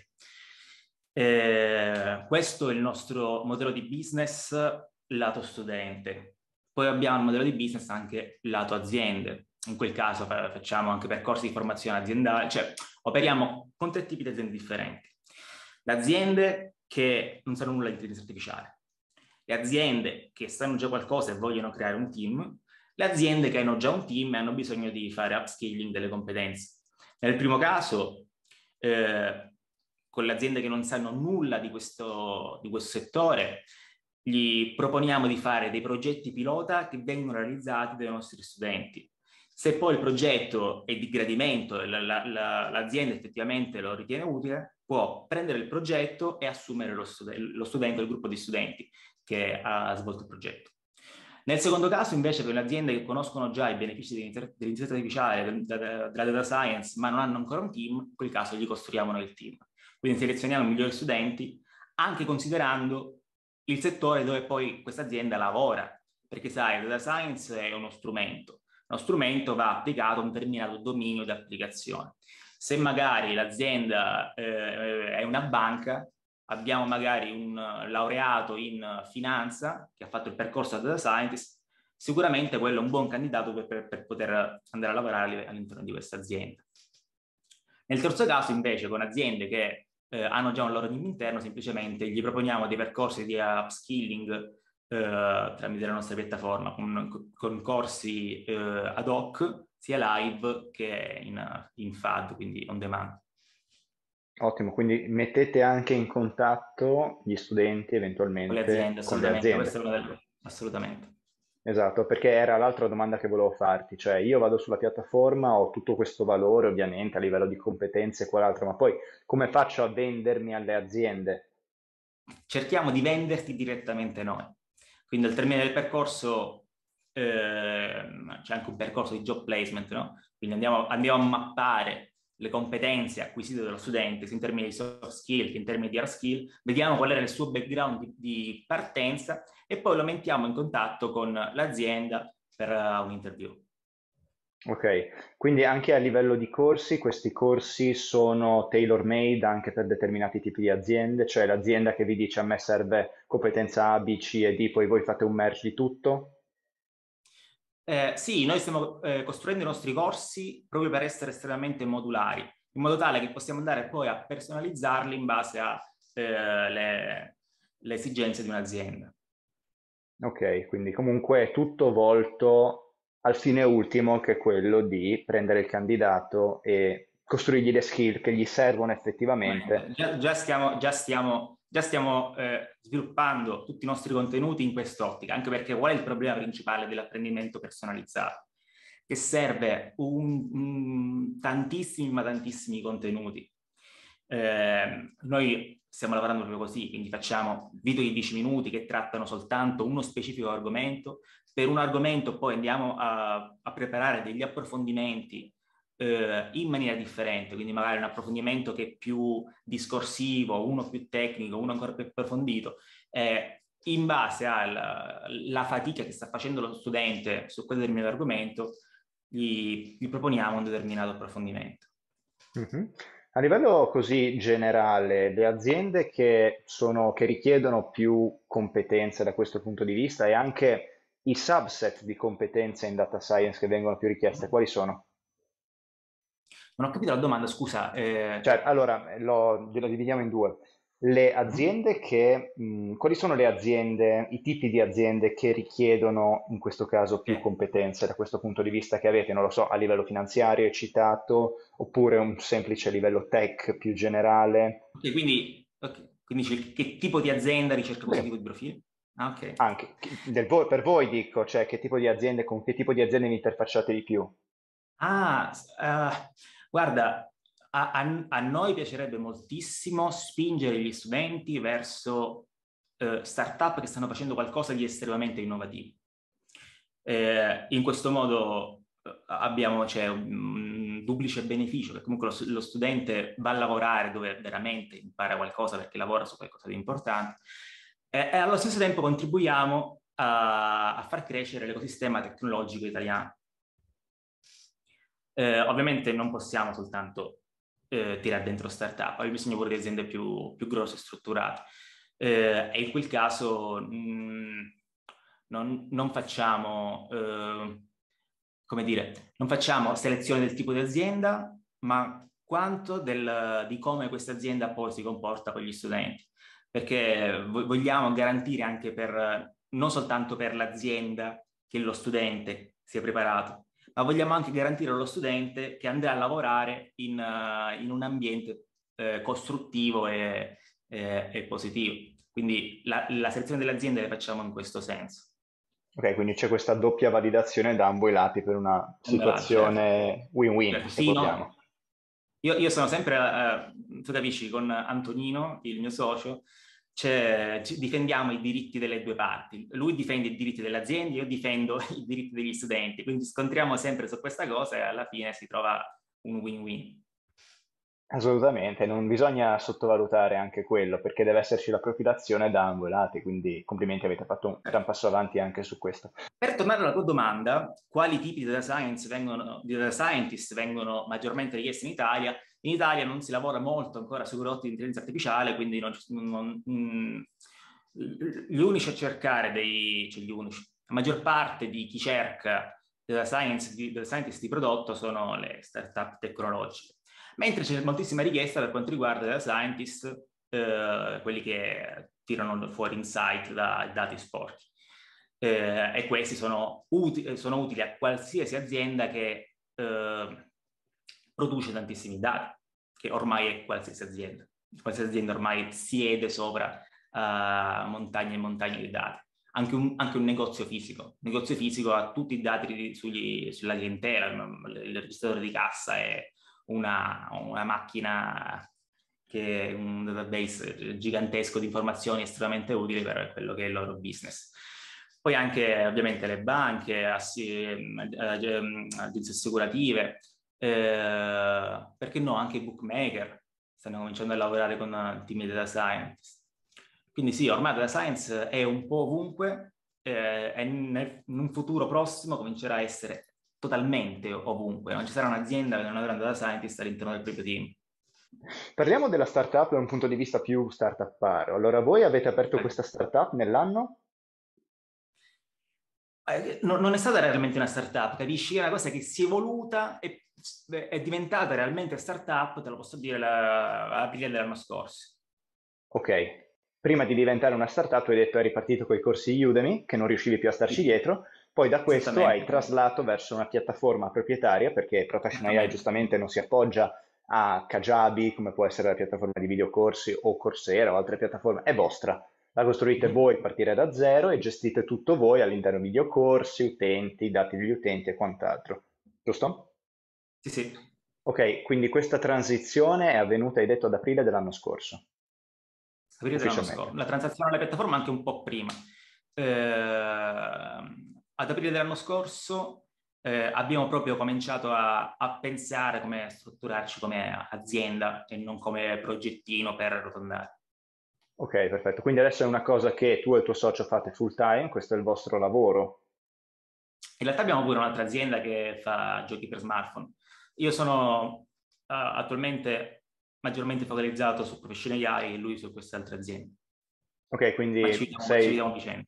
Speaker 2: Questo è il nostro modello di business lato studente. Poi abbiamo il modello di business anche lato aziende. In quel caso facciamo anche percorsi di formazione aziendale, cioè operiamo con 3 tipi di aziende differenti. Le aziende che non sanno nulla di intelligenza artificiale, le aziende che sanno già qualcosa e vogliono creare un team, le aziende che hanno già un team e hanno bisogno di fare upskilling delle competenze. Nel primo caso, con le aziende che non sanno nulla di questo settore, gli proponiamo di fare dei progetti pilota che vengono realizzati dai nostri studenti. Se poi il progetto è di gradimento e l'azienda effettivamente lo ritiene utile, può prendere il progetto e assumere lo studente, il gruppo di studenti che ha svolto il progetto. Nel secondo caso, invece, per le aziende che conoscono già i benefici dell'intelligenza artificiale, della data science, ma non hanno ancora un team, in quel caso gli costruiamo noi il team. Quindi selezioniamo i migliori studenti, anche considerando il settore dove poi questa azienda lavora, perché sai, la data science è uno strumento va applicato a un determinato dominio di applicazione. Se magari l'azienda è una banca, abbiamo magari un laureato in finanza che ha fatto il percorso da data scientist, sicuramente quello è un buon candidato per poter andare a lavorare all'interno di questa azienda. Nel terzo caso, invece, con aziende che hanno già un loro team interno, semplicemente gli proponiamo dei percorsi di upskilling tramite la nostra piattaforma, con corsi ad hoc, sia live che in FAD, quindi on demand.
Speaker 1: Ottimo, quindi mettete anche in contatto gli studenti
Speaker 2: Con le aziende,
Speaker 1: eventualmente con le
Speaker 2: assolutamente, questa è
Speaker 1: aziende.
Speaker 2: una delle... Assolutamente.
Speaker 1: Esatto, perché era l'altra domanda che volevo farti, cioè io vado sulla piattaforma, ho tutto questo valore ovviamente a livello di competenze e quell'altro, ma poi come faccio a vendermi alle aziende?
Speaker 2: Cerchiamo di venderti direttamente noi. Quindi al termine del percorso c'è anche un percorso di job placement, no? Quindi andiamo a mappare le competenze acquisite dallo studente, sia in termini di soft skill che in termini di hard skill, vediamo qual era il suo background di partenza e poi lo mettiamo in contatto con l'azienda per un interview.
Speaker 1: Ok, quindi anche a livello di corsi, questi corsi sono tailor-made anche per determinati tipi di aziende, cioè l'azienda che vi dice a me serve competenza A, B, C e D, poi voi fate un merge di tutto?
Speaker 2: Sì, noi stiamo costruendo i nostri corsi proprio per essere estremamente modulari, in modo tale che possiamo andare poi a personalizzarli in base alle esigenze di un'azienda.
Speaker 1: Ok, quindi comunque è tutto volto al fine ultimo che è quello di prendere il candidato e costruirgli le skill che gli servono effettivamente.
Speaker 2: Già stiamo sviluppando tutti i nostri contenuti in quest'ottica, anche perché qual è il problema principale dell'apprendimento personalizzato? Che serve tantissimi, ma tantissimi contenuti. Noi stiamo lavorando proprio così, quindi facciamo video di 10 minuti che trattano soltanto uno specifico argomento. Per un argomento poi andiamo a preparare degli approfondimenti in maniera differente, quindi magari un approfondimento che è più discorsivo, uno più tecnico, uno ancora più approfondito, in base alla fatica che sta facendo lo studente su quel determinato argomento, gli proponiamo un determinato approfondimento.
Speaker 1: Mhm. A livello così generale, le aziende che richiedono più competenze da questo punto di vista e anche i subset di competenze in data science che vengono più richieste, quali sono?
Speaker 2: Non ho capito la domanda, scusa.
Speaker 1: Cioè, allora, lo dividiamo in due. Le
Speaker 2: Mhm.
Speaker 1: aziende quali sono le aziende, i tipi di aziende che richiedono in questo caso più
Speaker 2: Ok.
Speaker 1: competenze da questo punto di vista che avete, non lo so, a livello finanziario è citato, oppure un semplice livello tech più generale?
Speaker 2: Ok, quindi che tipo di azienda ricerca questo tipo
Speaker 1: Sì.
Speaker 2: di profili? Ah, ok.
Speaker 1: Anche per voi dico, cioè che tipo di aziende, con che tipo di aziende vi interfacciate di più?
Speaker 2: Guarda, a noi piacerebbe moltissimo spingere gli studenti verso startup che stanno facendo qualcosa di estremamente innovativo. In questo modo c'è un duplice beneficio, che comunque lo studente va a lavorare dove veramente impara qualcosa perché lavora su qualcosa di importante, e allo stesso tempo contribuiamo a far crescere l'ecosistema tecnologico italiano. Ovviamente non possiamo soltanto tirare dentro startup, abbiamo bisogno pure di aziende più grosse e strutturate. E in quel caso non facciamo, come dire, non facciamo selezione del tipo di azienda, ma quanto di come questa azienda poi si comporta con gli studenti. Perché vogliamo garantire anche non soltanto per l'azienda che lo studente sia preparato, ma vogliamo anche garantire allo studente che andrà a lavorare in un ambiente costruttivo e positivo. Quindi la selezione delle aziende le facciamo in questo senso.
Speaker 1: Ok, quindi c'è questa doppia validazione da ambo i lati per una
Speaker 2: Certo,
Speaker 1: situazione win-win,
Speaker 2: certo.
Speaker 1: se
Speaker 2: Sì,
Speaker 1: vogliamo.
Speaker 2: no. Io sono sempre, tu capisci, con Antonino, il mio socio, difendiamo i diritti delle due parti. Lui difende i diritti delle aziende, io difendo i diritti degli studenti. Quindi scontriamo sempre su questa cosa e alla fine si trova un win-win.
Speaker 1: Assolutamente, non bisogna sottovalutare anche quello, perché deve esserci la profilazione da ambo i lati, quindi complimenti, avete fatto un gran passo avanti anche su questo.
Speaker 2: Per tornare alla tua domanda, quali tipi di data scientist vengono maggiormente richiesti in Italia? In Italia non si lavora molto ancora sui prodotti di intelligenza artificiale, quindi gli unici a cercare cioè gli unici, la maggior parte di chi cerca data scientist di prodotto sono le startup tecnologiche. Mentre c'è moltissima richiesta per quanto riguarda i data scientist, quelli che tirano fuori insight da dati sporchi. E questi sono utili a qualsiasi azienda che produce tantissimi dati, che ormai è qualsiasi azienda. Qualsiasi azienda ormai siede sopra montagne e montagne di dati. Anche un negozio fisico. Un negozio fisico ha tutti i dati sulla clientela, il registratore di cassa è una macchina che è un database gigantesco di informazioni estremamente utili per quello che è il loro business. Poi anche ovviamente le banche, agenzie assicurative, perché no, anche i bookmaker stanno cominciando a lavorare con team di data scientist. Quindi sì, ormai data science è un po' ovunque e in un futuro prossimo comincerà a essere totalmente ovunque. Non ci sarà un'azienda che non avrà un data scientist all'interno del proprio team.
Speaker 1: Parliamo della startup da un punto di vista più startupparo. Allora, voi avete aperto
Speaker 2: Ecco.
Speaker 1: questa startup nell'anno?
Speaker 2: Non è stata realmente una startup, capisci? È una cosa che si è evoluta e è diventata realmente startup, te lo posso dire, aprile dell'anno scorso.
Speaker 1: Ok, prima di diventare una startup tu hai detto eri partito con i corsi Udemy, che non riuscivi più a starci
Speaker 2: Sì,
Speaker 1: dietro, poi da questo hai
Speaker 2: esattamente,
Speaker 1: traslato verso una piattaforma proprietaria, perché Professional AI
Speaker 2: esattamente.
Speaker 1: giustamente non si appoggia a Kajabi, come può essere la piattaforma di videocorsi o Coursera o altre piattaforme, è vostra. La costruite
Speaker 2: Mhm.
Speaker 1: voi a partire da zero e gestite tutto voi all'interno di videocorsi, utenti, dati degli utenti e quant'altro. Giusto?
Speaker 2: Sì, sì.
Speaker 1: Ok, quindi questa transizione è avvenuta, hai detto, ad aprile dell'anno scorso,
Speaker 2: Aprile dell'anno scorso.
Speaker 1: ufficialmente.
Speaker 2: La transazione alla piattaforma anche un po' prima. Ad aprile dell'anno scorso abbiamo proprio cominciato a pensare come strutturarci come azienda e non come progettino per arrotondare.
Speaker 1: Ok, perfetto. Quindi adesso è una cosa che tu e il tuo socio fate full time, questo è il vostro lavoro.
Speaker 2: In realtà abbiamo pure un'altra azienda che fa giochi per smartphone. Io sono attualmente maggiormente focalizzato su Professional AI e lui su queste altre aziende,
Speaker 1: Ok,
Speaker 2: ma ci
Speaker 1: quindi
Speaker 2: vediamo, ci
Speaker 1: sei,
Speaker 2: vediamo a vicenda.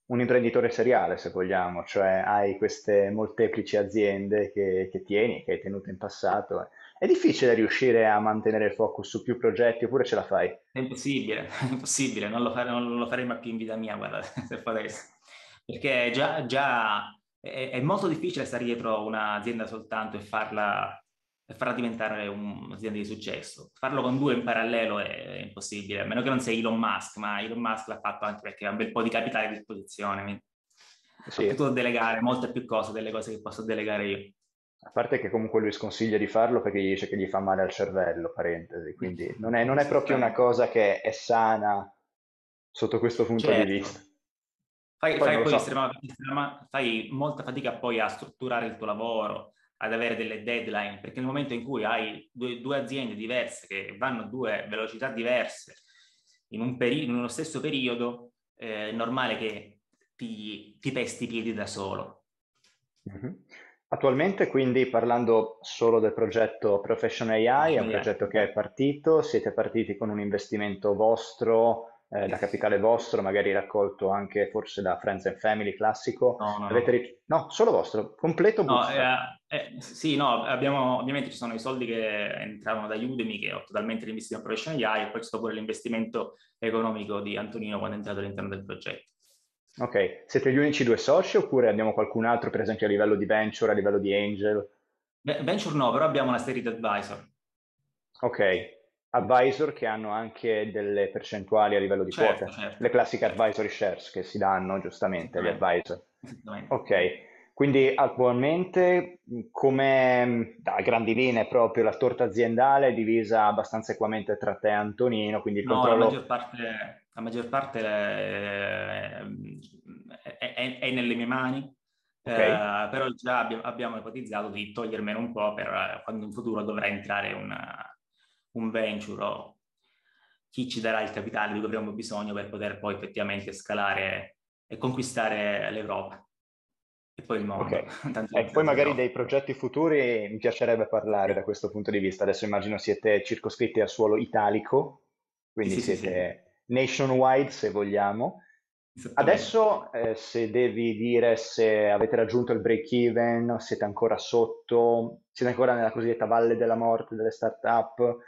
Speaker 1: un imprenditore seriale, se vogliamo, cioè hai queste molteplici aziende che tieni, che hai tenuto in passato. È difficile riuscire a mantenere il focus su più progetti, oppure ce la fai?
Speaker 2: È impossibile, è impossibile, non lo farei mai più in vita mia, guarda, se potessi. Perché già è molto difficile stare dietro un'azienda soltanto e farla diventare un'azienda di successo. Farlo con due in parallelo è impossibile, a meno che non sei Elon Musk, ma Elon Musk l'ha fatto anche perché ha un bel po' di capitale a disposizione, quindi ha
Speaker 1: Sì,
Speaker 2: potuto delegare molte più cose delle cose che posso delegare io.
Speaker 1: a parte che comunque lui sconsiglia di farlo perché gli dice che gli fa male al cervello, parentesi, quindi non è proprio una
Speaker 2: Esattamente.
Speaker 1: cosa che è sana sotto questo punto di vista.
Speaker 2: Certo. Fai,
Speaker 1: Poi non
Speaker 2: fai
Speaker 1: lo
Speaker 2: poi
Speaker 1: so.
Speaker 2: fai molta fatica poi a strutturare il tuo lavoro, ad avere delle deadline, perché nel momento in cui hai due aziende diverse che vanno a due velocità diverse in uno stesso periodo, è normale che ti pesti i piedi da solo.
Speaker 1: Mhm. Attualmente, quindi, parlando solo del progetto Profession AI, è un progetto che è partito, siete partiti con un investimento vostro, da capitale vostro, magari raccolto anche forse da Friends and Family classico.
Speaker 2: No, no,
Speaker 1: Avete
Speaker 2: no.
Speaker 1: No, solo vostro, completo
Speaker 2: No,
Speaker 1: bootstrap.
Speaker 2: sì, no, ovviamente ci sono i soldi che entravano da Udemy che ho totalmente reinvestito in Profession AI e poi c'è stato pure l'investimento economico di Antonino quando è entrato all'interno del progetto.
Speaker 1: Ok, siete gli unici due soci oppure abbiamo qualcun altro, per esempio a livello di venture, a livello di angel?
Speaker 2: Venture no, però abbiamo una serie di advisor.
Speaker 1: Ok, advisor che hanno anche delle percentuali a livello di
Speaker 2: Certo,
Speaker 1: quote, le
Speaker 2: certo,
Speaker 1: classiche
Speaker 2: certo,
Speaker 1: advisory shares che si danno giustamente agli
Speaker 2: esattamente,
Speaker 1: advisor.
Speaker 2: esattamente.
Speaker 1: Ok, quindi attualmente come a grandi linee proprio la torta aziendale è divisa abbastanza equamente tra te e Antonino, quindi il
Speaker 2: No,
Speaker 1: controllo...
Speaker 2: la maggior parte è nelle mie mani,
Speaker 1: Ok,
Speaker 2: però già abbiamo ipotizzato di togliermene un po' per quando in futuro dovrà entrare un venture o chi ci darà il capitale di cui avremo bisogno per poter poi effettivamente scalare e conquistare l'Europa e poi il mondo.
Speaker 1: ok.
Speaker 2: Tanto
Speaker 1: Poi
Speaker 2: iniziato
Speaker 1: magari
Speaker 2: l'Europa.
Speaker 1: dei progetti futuri mi piacerebbe parlare da
Speaker 2: Sì,
Speaker 1: questo punto di vista. Adesso immagino siete circoscritti a suolo italico,
Speaker 2: sì,
Speaker 1: quindi
Speaker 2: sì, sì, sì,
Speaker 1: siete nationwide se vogliamo.
Speaker 2: esattamente.
Speaker 1: Adesso, se devi dire se avete raggiunto il break even, siete ancora sotto, siete ancora nella cosiddetta valle della morte delle startup.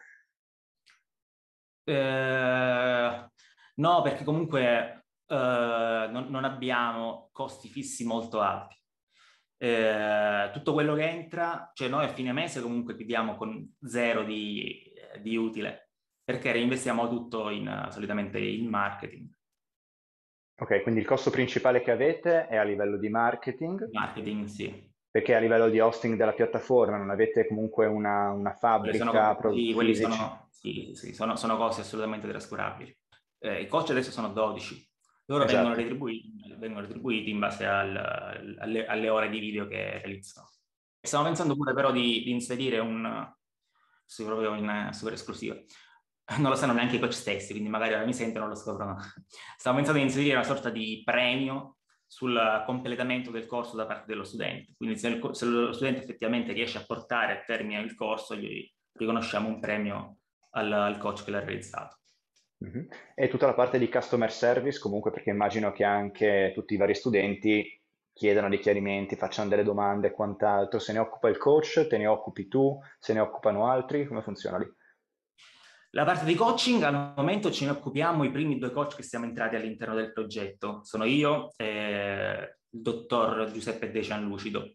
Speaker 2: No, perché comunque non abbiamo costi fissi molto alti. Tutto quello che entra, cioè noi a fine mese comunque chiudiamo con zero di utile, perché reinvestiamo tutto solitamente in marketing.
Speaker 1: Ok, quindi il costo principale che avete è a livello di marketing,
Speaker 2: Marketing, sì.
Speaker 1: perché a livello di hosting della piattaforma non avete comunque una fabbrica
Speaker 2: Sì, quelli
Speaker 1: fisici.
Speaker 2: sono, sì, sì, sono costi assolutamente trascurabili. I coach adesso sono 12. Loro
Speaker 1: Esatto.
Speaker 2: vengono retribuiti in base alle ore di video che realizzano. Stiamo pensando pure però di inserire sì, proprio in super esclusiva. Non lo sanno neanche i coach stessi, quindi magari ora mi sentono e lo scoprono. Stiamo pensando di inserire una sorta di premio sul completamento del corso da parte dello studente. Quindi se lo studente effettivamente riesce a portare a termine il corso, gli riconosciamo un premio al coach che l'ha realizzato.
Speaker 1: Mhm. E tutta la parte di customer service, comunque, perché immagino che anche tutti i vari studenti chiedano dei chiarimenti, facciano delle domande e quant'altro. Se ne occupa il coach, te ne occupi tu, se ne occupano altri? Come funziona lì?
Speaker 2: La parte di coaching, al momento ce ne occupiamo i primi due coach che siamo entrati all'interno del progetto. Sono io e il dottor Giuseppe De Cianlucido.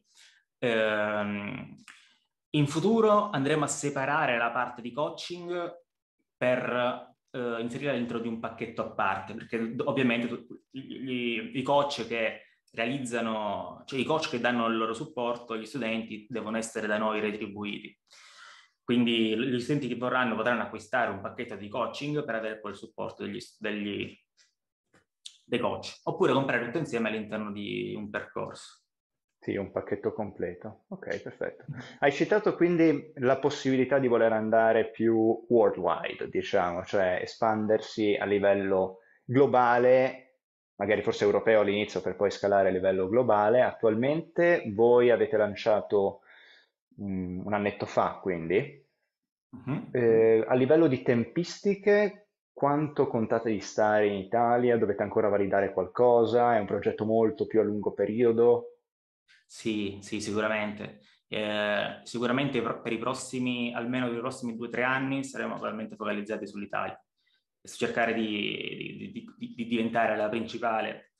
Speaker 2: In futuro andremo a separare la parte di coaching per inserirla all'interno di un pacchetto a parte, perché ovviamente i coach che realizzano, cioè i coach che danno il loro supporto agli studenti devono essere da noi retribuiti. Quindi gli studenti che vorranno potranno acquistare un pacchetto di coaching per avere poi il supporto dei coach, oppure comprare tutto insieme all'interno di un percorso.
Speaker 1: Sì, un pacchetto completo. Ok, perfetto. Hai citato quindi la possibilità di voler andare più worldwide, diciamo, cioè espandersi a livello globale, magari forse europeo all'inizio per poi scalare a livello globale. Attualmente voi avete lanciato un annetto fa, quindi,
Speaker 2: Mhm.
Speaker 1: a livello di tempistiche, quanto contate di stare in Italia? Dovete ancora validare qualcosa? È un progetto molto più a lungo periodo?
Speaker 2: Sì, sì, sicuramente. Sicuramente per i prossimi, almeno per i prossimi 2 o 3 anni, saremo probabilmente focalizzati sull'Italia e su cercare di diventare la principale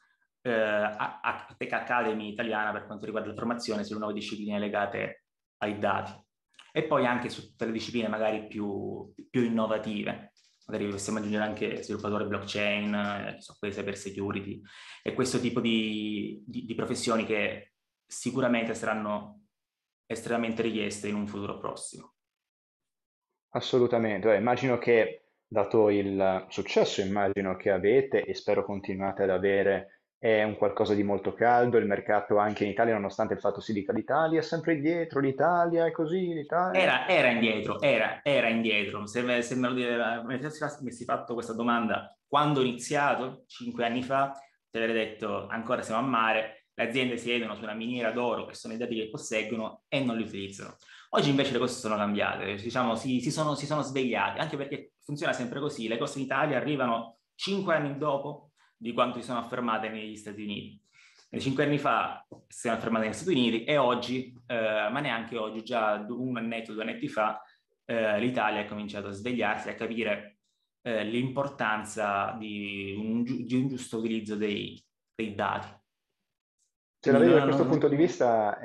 Speaker 2: Tech Academy italiana per quanto riguarda la formazione sulle nuove discipline legate ai dati. E poi anche su tutte le discipline magari più innovative. Magari possiamo aggiungere anche sviluppatore blockchain, software cyber security e questo tipo di professioni che sicuramente saranno estremamente richieste in un futuro prossimo.
Speaker 1: Assolutamente. Immagino che, dato il successo, immagino che avete e spero continuate ad avere, è un qualcosa di molto caldo. Il mercato anche in Italia, nonostante il fatto si dica l'Italia è sempre indietro, l'Italia è così, l'Italia.
Speaker 2: Era indietro, era indietro. Se me lo avessi fatto questa domanda quando ho iniziato, 5 anni fa, ti avrei detto ancora siamo a mare, le aziende siedono su una miniera d'oro che sono i dati che posseggono e non li utilizzano. Oggi invece le cose sono cambiate, diciamo, si sono svegliate, anche perché funziona sempre così, le cose in Italia arrivano 5 anni dopo di quanto si sono affermate negli Stati Uniti. 5 anni fa si sono affermate negli Stati Uniti e oggi, ma neanche oggi, già un annetto, 2 annetti fa, l'Italia ha cominciato a svegliarsi e a capire l'importanza di un giusto utilizzo dei dati.
Speaker 1: Se la
Speaker 2: Quindi
Speaker 1: vedi da questo punto di vista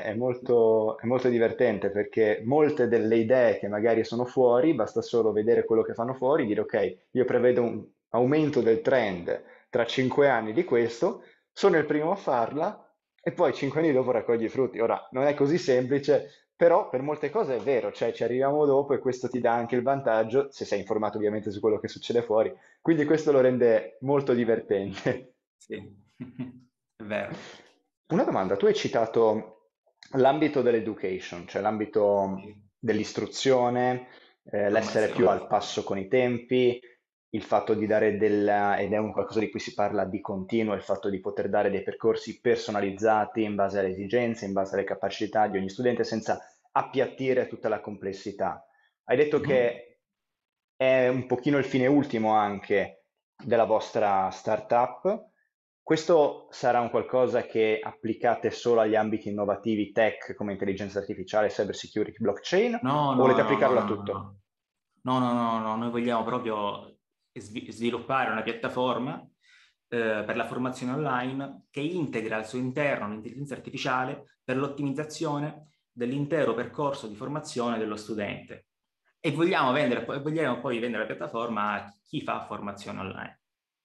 Speaker 1: è molto divertente perché molte delle idee che magari sono fuori, basta solo vedere quello che fanno fuori, dire ok, io prevedo un aumento del trend tra 5 anni di questo, sono il primo a farla e poi 5 anni dopo raccogli i frutti. Ora, non è così semplice, però per molte cose è vero, cioè ci arriviamo dopo e questo ti dà anche il vantaggio, se sei informato ovviamente su quello che succede fuori, quindi questo lo rende molto divertente.
Speaker 2: sì, è vero.
Speaker 1: Una domanda, tu hai citato l'ambito dell'education, cioè l'ambito
Speaker 2: Sì.
Speaker 1: dell'istruzione, l'essere più
Speaker 2: Formazione.
Speaker 1: al passo con i tempi, il fatto di dare ed è un qualcosa di cui si parla di continuo, il fatto di poter dare dei percorsi personalizzati in base alle esigenze, in base alle capacità di ogni studente, senza appiattire tutta la complessità. Hai detto
Speaker 2: Mhm.
Speaker 1: che è un pochino il fine ultimo anche della vostra startup. Questo sarà un qualcosa che applicate solo agli ambiti innovativi tech come intelligenza artificiale, cyber security, blockchain,
Speaker 2: No,
Speaker 1: o volete
Speaker 2: no, no, no,
Speaker 1: applicarlo a
Speaker 2: no, no,
Speaker 1: tutto?
Speaker 2: no. No, no, no, no, noi vogliamo proprio sviluppare una piattaforma per la formazione online che integra al suo interno l'intelligenza artificiale per l'ottimizzazione dell'intero percorso di formazione dello studente. E vogliamo poi vendere la piattaforma a chi fa formazione online.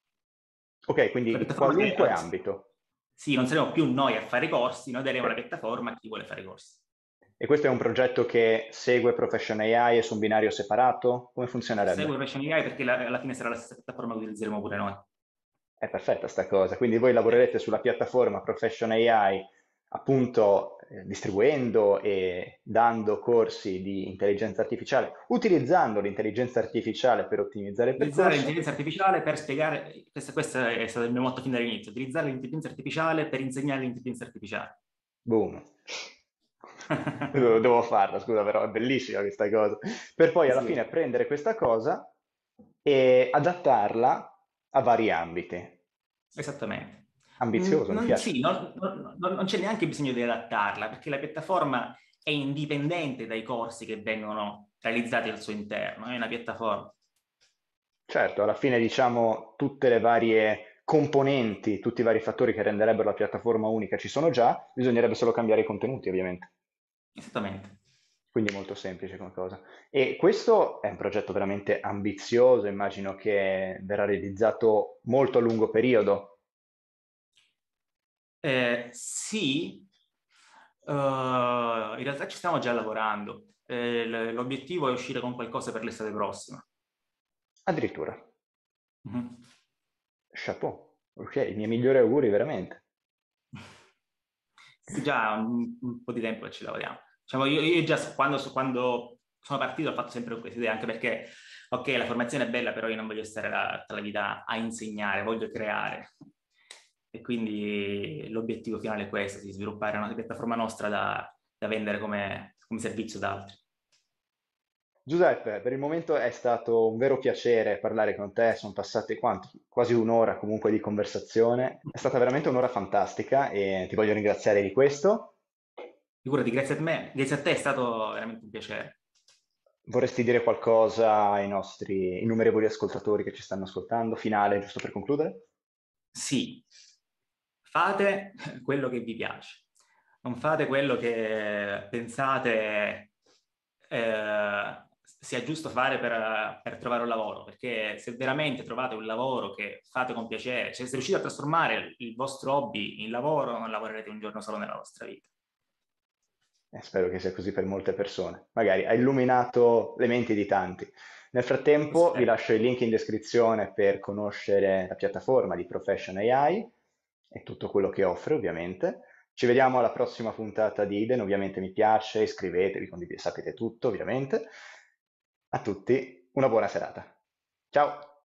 Speaker 1: Ok,
Speaker 2: La
Speaker 1: quindi in
Speaker 2: piattaforma
Speaker 1: qualunque ambito.
Speaker 2: sì, non saremo più noi a fare i corsi, noi
Speaker 1: Ok.
Speaker 2: daremo la piattaforma a chi vuole fare i corsi.
Speaker 1: E questo è un progetto che segue Profession AI e su un binario separato? Come
Speaker 2: Segue
Speaker 1: funzionerebbe?
Speaker 2: Passion AI perché alla fine sarà la stessa piattaforma che utilizzeremo pure noi.
Speaker 1: È perfetta sta cosa, quindi voi
Speaker 2: Sì.
Speaker 1: lavorerete sulla piattaforma Profession AI appunto distribuendo e dando corsi di intelligenza artificiale, utilizzando l'intelligenza artificiale per ottimizzare il
Speaker 2: Utilizzare
Speaker 1: percorso.
Speaker 2: l'intelligenza artificiale per spiegare, questo è stato il mio motto fin dall'inizio, utilizzare l'intelligenza artificiale per insegnare l'intelligenza artificiale.
Speaker 1: Boom. Devo farla, scusa, però è bellissima questa cosa. Per poi alla fine
Speaker 2: Sì,
Speaker 1: prendere questa cosa e adattarla a vari ambiti.
Speaker 2: esattamente.
Speaker 1: Ambizioso, mi
Speaker 2: Sì,
Speaker 1: piace.
Speaker 2: non c'è neanche bisogno di adattarla perché la piattaforma è indipendente dai corsi che vengono realizzati al suo interno, è una piattaforma.
Speaker 1: Certo, alla fine diciamo tutte le varie componenti, tutti i vari fattori che renderebbero la piattaforma unica ci sono già, bisognerebbe solo cambiare i contenuti, ovviamente.
Speaker 2: Esattamente.
Speaker 1: Quindi è molto semplice come cosa. E questo è un progetto veramente ambizioso, immagino che verrà realizzato molto a lungo periodo.
Speaker 2: Sì, in realtà ci stiamo già lavorando. L'obiettivo è uscire con qualcosa per l'estate prossima.
Speaker 1: Addirittura.
Speaker 2: Mhm.
Speaker 1: Chapeau. Ok, i miei migliori auguri, veramente.
Speaker 2: Sì, già un po' di tempo che ci lavoriamo. Diciamo, io già quando sono partito ho fatto sempre questa idea, anche perché, ok, la formazione è bella, però io non voglio stare tutta la vita a insegnare, voglio creare. E quindi l'obiettivo finale è questo, di sviluppare una piattaforma nostra da vendere come servizio ad altri.
Speaker 1: Giuseppe, per il momento è stato un vero piacere parlare con te, sono passate quanti? Quasi un'ora comunque di conversazione, è stata veramente un'ora fantastica e ti voglio ringraziare di questo.
Speaker 2: Figurati, grazie a me, grazie a te, è stato veramente un piacere.
Speaker 1: Vorresti dire qualcosa ai nostri innumerevoli ascoltatori che ci stanno ascoltando? Finale, giusto per concludere?
Speaker 2: Sì, fate quello che vi piace, non fate quello che pensate sia giusto fare per trovare un lavoro, perché se veramente trovate un lavoro che fate con piacere, cioè se riuscite a trasformare il vostro hobby in lavoro, non lavorerete un giorno solo nella vostra vita.
Speaker 1: Spero che sia così per molte persone. Magari ha illuminato le menti di tanti. Nel
Speaker 2: Lo
Speaker 1: frattempo vi
Speaker 2: spero.
Speaker 1: lascio il link in descrizione per conoscere la piattaforma di Profession AI e tutto quello che offre, ovviamente. Ci vediamo alla prossima puntata di Iden. Ovviamente mi piace, iscrivetevi, sapete tutto, ovviamente. A tutti una buona serata. Ciao!